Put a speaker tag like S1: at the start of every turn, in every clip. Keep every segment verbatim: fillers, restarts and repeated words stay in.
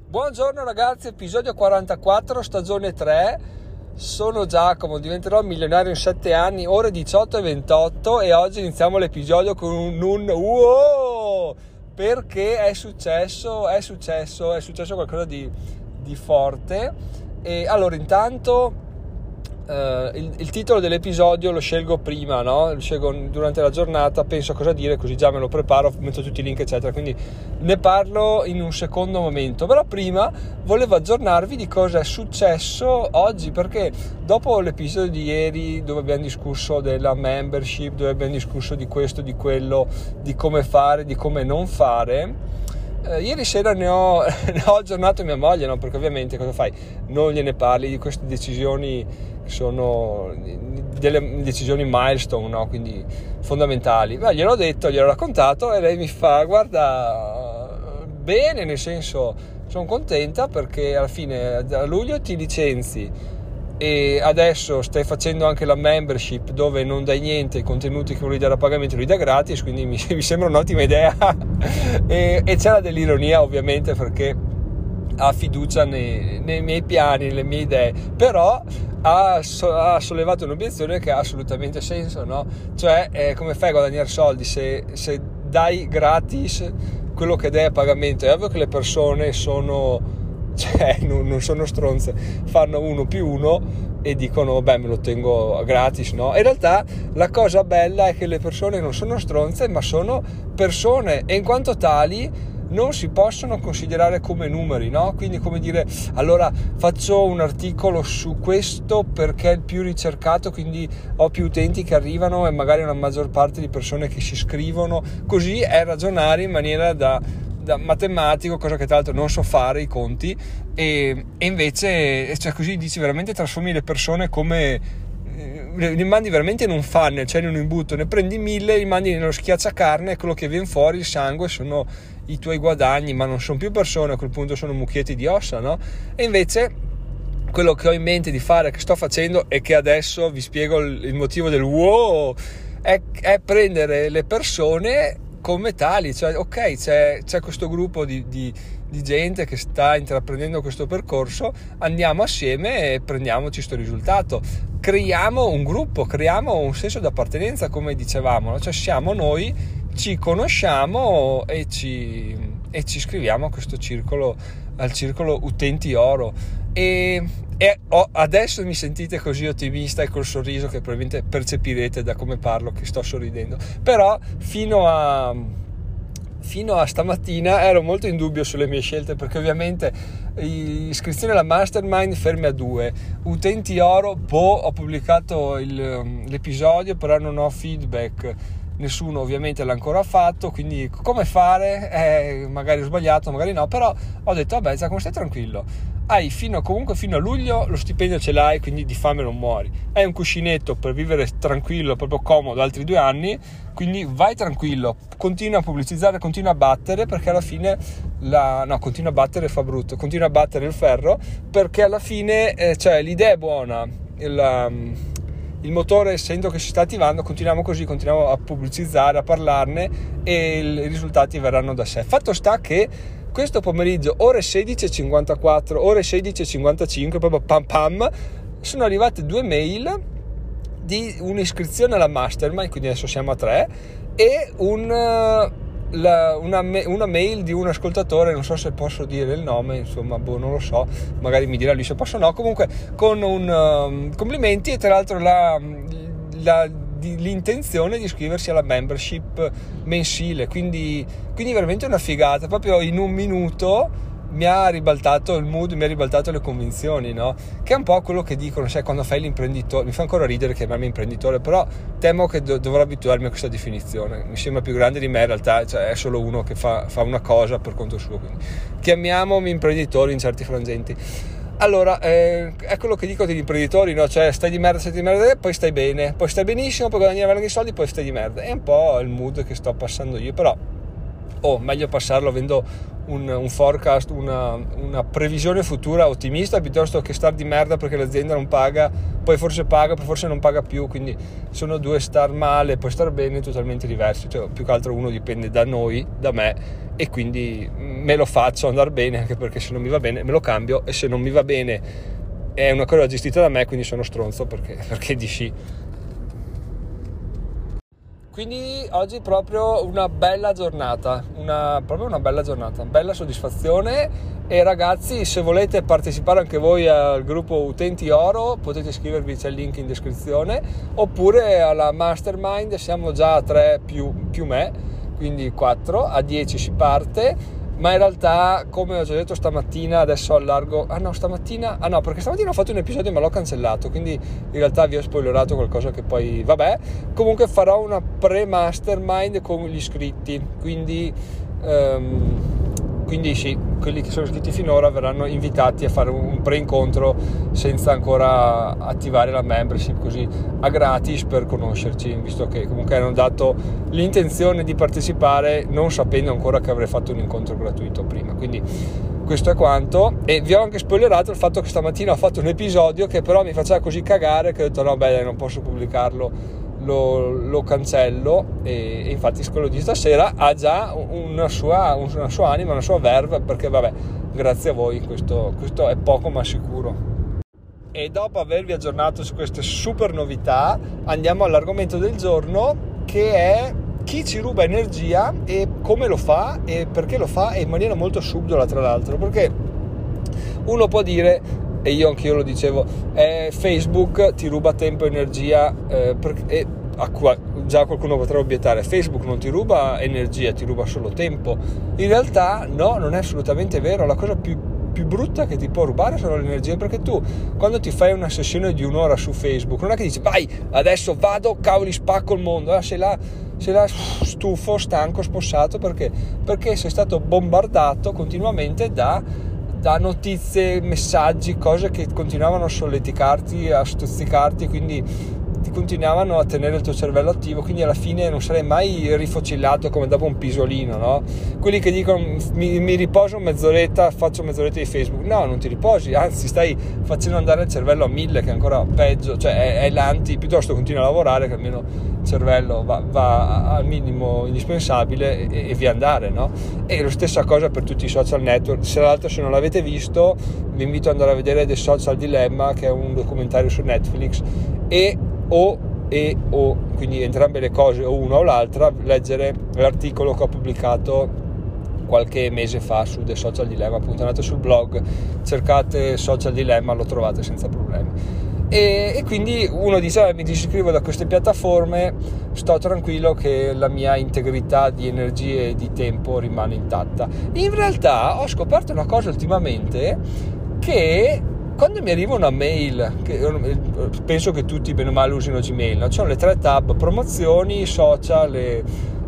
S1: Buongiorno ragazzi, episodio quarantaquattro, stagione tre. Sono Giacomo, diventerò milionario in sette anni, ore diciotto e ventotto, e oggi iniziamo l'episodio con un, un wow! Perché è successo, è successo, è successo qualcosa di, di forte. E allora intanto Uh, il, il titolo dell'episodio lo scelgo prima, no? Lo scelgo durante la giornata, penso a cosa dire, così già me lo preparo, metto tutti i link eccetera, quindi ne parlo in un secondo momento. Però prima volevo aggiornarvi di cosa è successo oggi, perché dopo l'episodio di ieri dove abbiamo discusso della membership, dove abbiamo discusso di questo, di quello, di come fare, di come non fare, Uh, ieri sera ne ho, ne ho aggiornato mia moglie, no? Perché ovviamente cosa fai? Non gliene parli di queste decisioni che sono delle decisioni milestone, no? Quindi fondamentali. Beh, gliel'ho detto, gliel'ho raccontato e lei mi fa: guarda, bene, nel senso, sono contenta perché alla fine a luglio ti licenzi e adesso stai facendo anche la membership dove non dai niente, i contenuti che volevi dare a pagamento li dai gratis, quindi mi, mi sembra un'ottima idea. e, e c'era dell'ironia ovviamente perché ha fiducia nei, nei miei piani, nelle mie idee, però ha, so, ha sollevato un'obiezione che ha assolutamente senso, no? Cioè eh, come fai a guadagnare soldi se, se dai gratis quello che dai a pagamento? È ovvio che le persone sono cioè non, non sono stronze, fanno uno più uno e dicono beh, me lo tengo gratis, no? In realtà la cosa bella è che le persone non sono stronze, ma sono persone, e in quanto tali non si possono considerare come numeri, no? Quindi come dire, allora faccio un articolo su questo perché è il più ricercato, quindi ho più utenti che arrivano e magari una maggior parte di persone che si iscrivono, così è ragionare in maniera da Da matematico, cosa che tra l'altro non so fare, i conti, e, e invece cioè così dici veramente trasformi le persone come eh, li mandi veramente in un funnel, cioè in un imbuto, ne prendi mille, li mandi nello schiacciacarne e quello che viene fuori, il sangue, sono i tuoi guadagni, ma non sono più persone, a quel punto sono mucchietti di ossa, no? E invece quello che ho in mente di fare, che sto facendo e che adesso vi spiego il, il motivo del wow, è, è prendere le persone come tali, cioè ok, c'è, c'è questo gruppo di, di, di gente che sta intraprendendo questo percorso, andiamo assieme e prendiamoci sto risultato, creiamo un gruppo, creiamo un senso di appartenenza, come dicevamo, no? Cioè siamo noi, ci conosciamo e ci, e ci iscriviamo a questo circolo, al circolo utenti oro. E, e oh, adesso mi sentite così ottimista e col sorriso che probabilmente percepirete da come parlo che sto sorridendo, però fino a fino a stamattina ero molto in dubbio sulle mie scelte, perché ovviamente iscrizione alla mastermind fermi a due, utenti oro, boh, ho pubblicato il, l'episodio però non ho feedback, nessuno ovviamente l'ha ancora fatto, quindi come fare? Eh, magari ho sbagliato, magari no, però ho detto vabbè Giacomo, stai tranquillo, hai fino comunque fino a luglio lo stipendio ce l'hai, quindi di fame non muori, hai un cuscinetto per vivere tranquillo, proprio comodo altri due anni, quindi vai tranquillo, continua a pubblicizzare, continua a battere, perché alla fine la no continua a battere fa brutto, continua a battere il ferro, perché alla fine eh, cioè l'idea è buona, il, il motore sento che si sta attivando, continuiamo così, continuiamo a pubblicizzare, a parlarne e i risultati verranno da sé. Fatto sta che questo pomeriggio, ore sedici e cinquantaquattro, ore sedici e cinquantacinque, proprio pam pam, sono arrivate due mail di un'iscrizione alla mastermind, quindi adesso siamo a tre, e un, la, una, una mail di un ascoltatore, non so se posso dire il nome, insomma, boh, non lo so, magari mi dirà lui se posso o no, comunque con un um, complimenti e tra l'altro la, la di, l'intenzione di iscriversi alla membership mensile, quindi, quindi veramente una figata, proprio in un minuto mi ha ribaltato il mood, mi ha ribaltato le convinzioni, no? Che è un po' quello che dicono, sai, quando fai l'imprenditore, mi fa ancora ridere chiamarmi imprenditore, però temo che do- dovrò abituarmi a questa definizione, mi sembra più grande di me, in realtà cioè, è solo uno che fa, fa una cosa per conto suo, quindi chiamiamomi imprenditori in certi frangenti. Allora, eh, è quello che dico degli imprenditori, no? Cioè stai di merda, stai di merda, poi stai bene, poi stai benissimo, poi guadagnare anche i soldi, poi stai di merda. È un po' il mood che sto passando io, però oh, meglio passarlo avendo un, un forecast, una, una previsione futura ottimista, piuttosto che star di merda perché l'azienda non paga, poi forse paga, poi forse non paga più. Quindi sono due star male e poi star bene totalmente diversi, cioè, più che altro uno dipende da noi, da me, e quindi me lo faccio andare bene, anche perché se non mi va bene me lo cambio, e se non mi va bene è una cosa gestita da me, quindi sono stronzo perché, perché di sì. Quindi oggi proprio una bella giornata, una, proprio una bella giornata, bella soddisfazione. E ragazzi, se volete partecipare anche voi al gruppo Utenti Oro, potete iscrivervi, c'è il link in descrizione, oppure alla Mastermind. Siamo già a tre più, più me, quindi quattro, a dieci si parte. Ma in realtà, come ho già detto stamattina, adesso allargo... Ah no, stamattina... Ah no, perché stamattina ho fatto un episodio ma l'ho cancellato, quindi in realtà vi ho spoilerato qualcosa che poi... Vabbè, comunque farò una pre-mastermind con gli iscritti, quindi... Um, quindi sì, quelli che sono iscritti finora verranno invitati a fare un pre-incontro senza ancora attivare la membership, così a gratis, per conoscerci, visto che comunque hanno dato l'intenzione di partecipare non sapendo ancora che avrei fatto un incontro gratuito prima. Quindi questo è quanto, e vi ho anche spoilerato il fatto che stamattina ho fatto un episodio che però mi faceva così cagare che ho detto no, beh, non posso pubblicarlo, Lo, lo cancello, e, e infatti quello di stasera ha già una sua, una sua anima, una sua verve, perché vabbè, grazie a voi questo, questo è poco ma sicuro. E dopo avervi aggiornato su queste super novità, andiamo all'argomento del giorno, che è chi ci ruba energia e come lo fa e perché lo fa, e in maniera molto subdola tra l'altro, perché uno può dire, e io anche io lo dicevo, eh, Facebook ti ruba tempo e energia, eh, perché, e a qua, già qualcuno potrà obiettare, Facebook non ti ruba energia, ti ruba solo tempo. In realtà no, non è assolutamente vero. La cosa più, più brutta che ti può rubare sono le energie, perché tu quando ti fai una sessione di un'ora su Facebook non è che dici vai, adesso vado, cavoli, spacco il mondo, eh, sei là, sei là stufo, stanco, spossato, perché? Perché sei stato bombardato continuamente da da notizie, messaggi, cose che continuavano a solleticarti, a stuzzicarti, quindi ti continuavano a tenere il tuo cervello attivo, quindi alla fine non sarei mai rifocillato come dopo un pisolino, no? Quelli che dicono mi, mi riposo mezz'oretta, faccio mezz'oretta di Facebook, no, non ti riposi, anzi stai facendo andare il cervello a mille, che è ancora peggio, cioè è, è l'anti, piuttosto continua a lavorare che almeno il cervello va, va al minimo indispensabile e, e via andare, no? E la stessa cosa per tutti i social network. Se l'altro, se non l'avete visto, vi invito ad andare a vedere The Social Dilemma, che è un documentario su Netflix, e o e o quindi entrambe le cose, o una o l'altra, leggere l'articolo che ho pubblicato qualche mese fa su The Social Dilemma. Appunto, andate sul blog, cercate Social Dilemma, lo trovate senza problemi. E, e quindi uno dice, mi disiscrivo da queste piattaforme, sto tranquillo che la mia integrità di energie e di tempo rimane intatta. In realtà ho scoperto una cosa ultimamente, che quando mi arriva una mail, che penso che tutti bene o male usino Gmail, no? Ci sono le tre tab, promozioni, social e,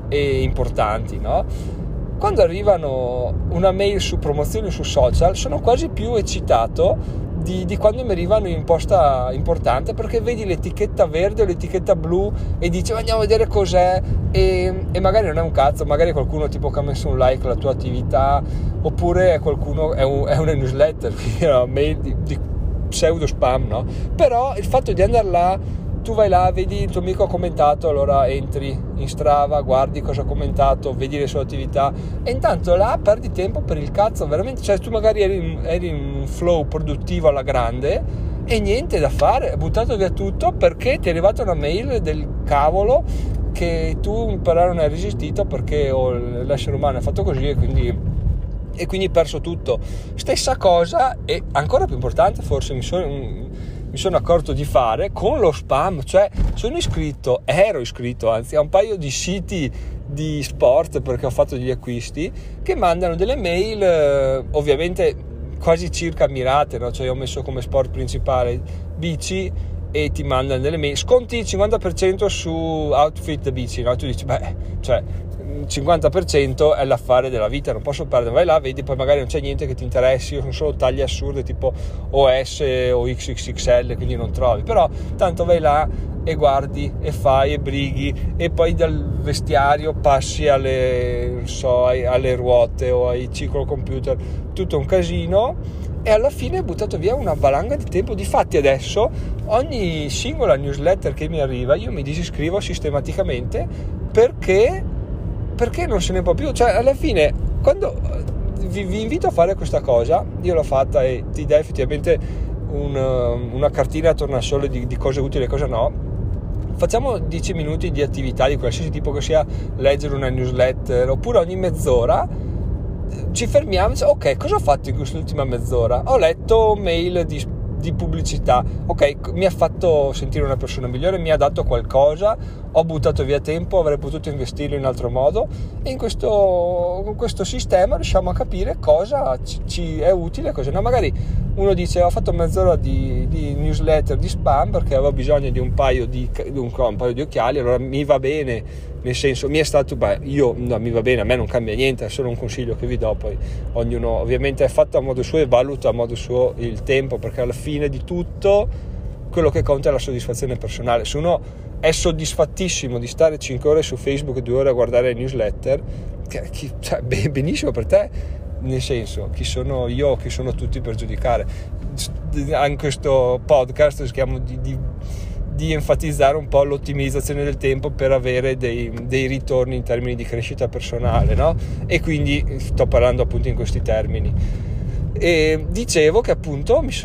S1: e importanti, no? Quando arrivano una mail su promozioni su social, sono quasi più eccitato di, di quando mi arrivano in posta importante, perché vedi l'etichetta verde o l'etichetta blu e dici andiamo a vedere cos'è, e, e magari non è un cazzo, magari qualcuno tipo che ha messo un like alla tua attività, oppure qualcuno è, un, è una newsletter, quindi è una mail di, di pseudo spam, no? Però il fatto di andare là, tu vai là, vedi il tuo amico ha commentato, allora entri in Strava, guardi cosa ha commentato, vedi le sue attività, e intanto là perdi tempo per il cazzo, veramente. Cioè tu magari eri in, eri in un flow produttivo alla grande e niente da fare, hai buttato via tutto perché ti è arrivata una mail del cavolo che tu però non hai resistito, perché oh, l'essere umano è fatto così, e quindi e quindi hai perso tutto. Stessa cosa, e ancora più importante forse, mi sono, mi sono accorto di fare con lo spam. Cioè sono iscritto, ero iscritto anzi a un paio di siti di sport, perché ho fatto degli acquisti, che mandano delle mail eh, ovviamente quasi circa mirate, no? Cioè io ho messo come sport principale bici, e ti mandano delle mail, sconti cinquanta per cento su outfit da bici, no? Tu dici beh, cioè cinquanta per cento è l'affare della vita, non posso perdere. Vai là, vedi, poi magari non c'è niente che ti interessi, sono solo taglie assurde tipo O S o X X X L, quindi non trovi, però tanto vai là e guardi e fai e brighi, e poi dal vestiario passi alle, non so, alle ruote o ai ciclocomputer, tutto un casino, e alla fine hai buttato via una valanga di tempo. Difatti adesso ogni singola newsletter che mi arriva io mi disiscrivo sistematicamente, perché perché non se ne può più. Cioè, alla fine, quando vi, vi invito a fare questa cosa, io l'ho fatta e ti dà effettivamente un, una cartina a tornasole di, di cose utili e cosa no. Facciamo dieci minuti di attività di qualsiasi tipo che sia, leggere una newsletter, oppure ogni mezz'ora ci fermiamo e diciamo, ok, cosa ho fatto in quest'ultima mezz'ora? Ho letto mail di, di pubblicità, ok, mi ha fatto sentire una persona migliore, mi ha dato qualcosa, ho buttato via tempo, avrei potuto investirlo in altro modo, e in questo, con questo sistema riusciamo a capire cosa ci, ci è utile e cosa no. Magari uno dice, ho fatto mezz'ora di, di newsletter di spam perché avevo bisogno di un paio di, di un, un paio di occhiali, allora mi va bene, nel senso, mi è stato, beh, io no, mi va bene, a me non cambia niente, è solo un consiglio che vi do, poi ognuno ovviamente è fatto a modo suo e valuta a modo suo il tempo, perché alla fine di tutto quello che conta è la soddisfazione personale. Se uno è soddisfattissimo di stare cinque ore su Facebook e due ore a guardare le newsletter, che, chi, cioè, benissimo per te, nel senso, chi sono io, chi sono tutti per giudicare. Anche questo podcast cerchiamo di, di di enfatizzare un po' l'ottimizzazione del tempo per avere dei, dei ritorni in termini di crescita personale, no? E quindi sto parlando appunto in questi termini. E dicevo che appunto mi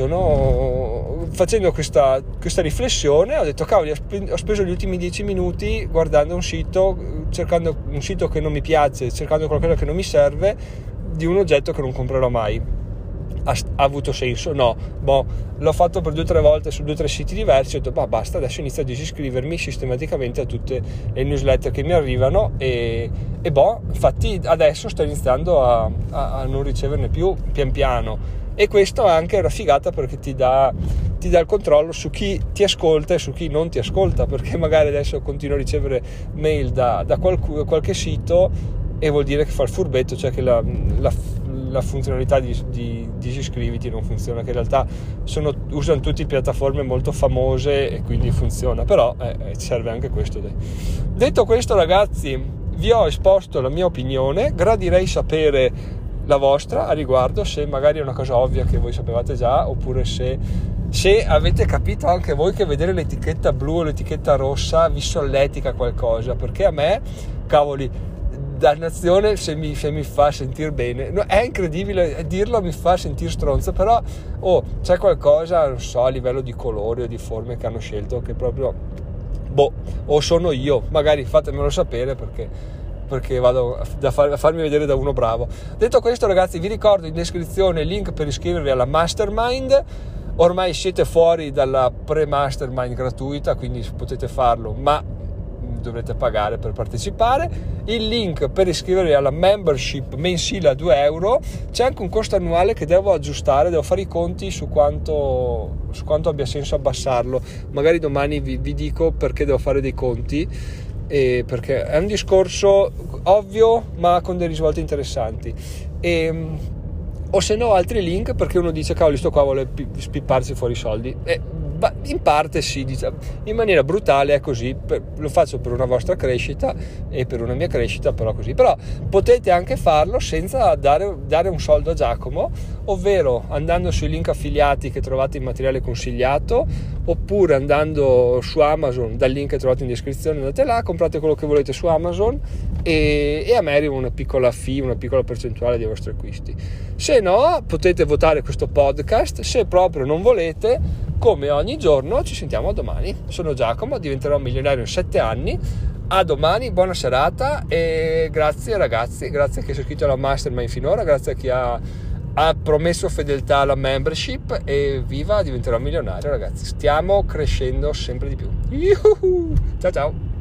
S1: sono, facendo questa, questa riflessione, ho detto cavoli, ho speso gli ultimi dieci minuti guardando un sito, cercando un sito che non mi piace, cercando qualcosa che non mi serve, di un oggetto che non comprerò mai. Ha, ha avuto senso? No. Boh, l'ho fatto per due o tre volte su due o tre siti diversi, ho detto bah, basta, adesso inizio a disiscrivermi sistematicamente a tutte le newsletter che mi arrivano, e, e boh, infatti adesso sto iniziando a, a, a non riceverne più pian piano, e questo è anche una figata perché ti dà, ti dà il controllo su chi ti ascolta e su chi non ti ascolta, perché magari adesso continuo a ricevere mail da, da qualc- qualche sito, e vuol dire che fa il furbetto, cioè che la, la la funzionalità di, di disiscriviti non funziona, che in realtà sono, usano tutte piattaforme molto famose e quindi funziona, però eh, serve anche questo. Dai. Detto questo, ragazzi, vi ho esposto la mia opinione, gradirei sapere la vostra a riguardo, se magari è una cosa ovvia che voi sapevate già, oppure se, se avete capito anche voi che vedere l'etichetta blu o l'etichetta rossa vi solletica qualcosa, perché a me, cavoli, dannazione se mi, se mi fa sentire bene, no, è incredibile dirlo, mi fa sentire stronzo, però oh, c'è qualcosa, non so, a livello di colori o di forme che hanno scelto che proprio boh, o sono io, magari fatemelo sapere, perché perché vado da far, a farmi vedere da uno bravo. Detto questo, ragazzi, vi ricordo in descrizione il link per iscrivervi alla Mastermind. Ormai siete fuori dalla pre-Mastermind gratuita, quindi potete farlo, ma dovrete pagare per partecipare. Il link per iscrivervi alla membership mensile a due euro. C'è anche un costo annuale che devo aggiustare, devo fare i conti su quanto, su quanto abbia senso abbassarlo. Magari domani vi, vi dico perché devo fare dei conti, e perché è un discorso ovvio ma con dei risvolti interessanti. E, o se no altri link, perché uno dice cavoli, sto qua vuole spipparsi fuori i soldi, e in parte sì, diciamo, in maniera brutale è così, per, lo faccio per una vostra crescita e per una mia crescita, però così. Però potete anche farlo senza dare, dare un soldo a Giacomo, ovvero andando sui link affiliati che trovate in materiale consigliato, oppure andando su Amazon dal link che trovate in descrizione, andate là, comprate quello che volete su Amazon, e, e a me arriva una piccola fee, una piccola percentuale dei vostri acquisti. Se no, potete votare questo podcast. Se proprio non volete, come ogni giorno, ci sentiamo domani. Sono Giacomo, diventerò milionario in sette anni. A domani, buona serata, e grazie ragazzi, grazie a chi si è iscritto alla Mastermind finora, grazie a chi ha, ha promesso fedeltà alla membership, e viva, diventerò milionario, ragazzi. Stiamo crescendo sempre di più. Yuhu! Ciao ciao!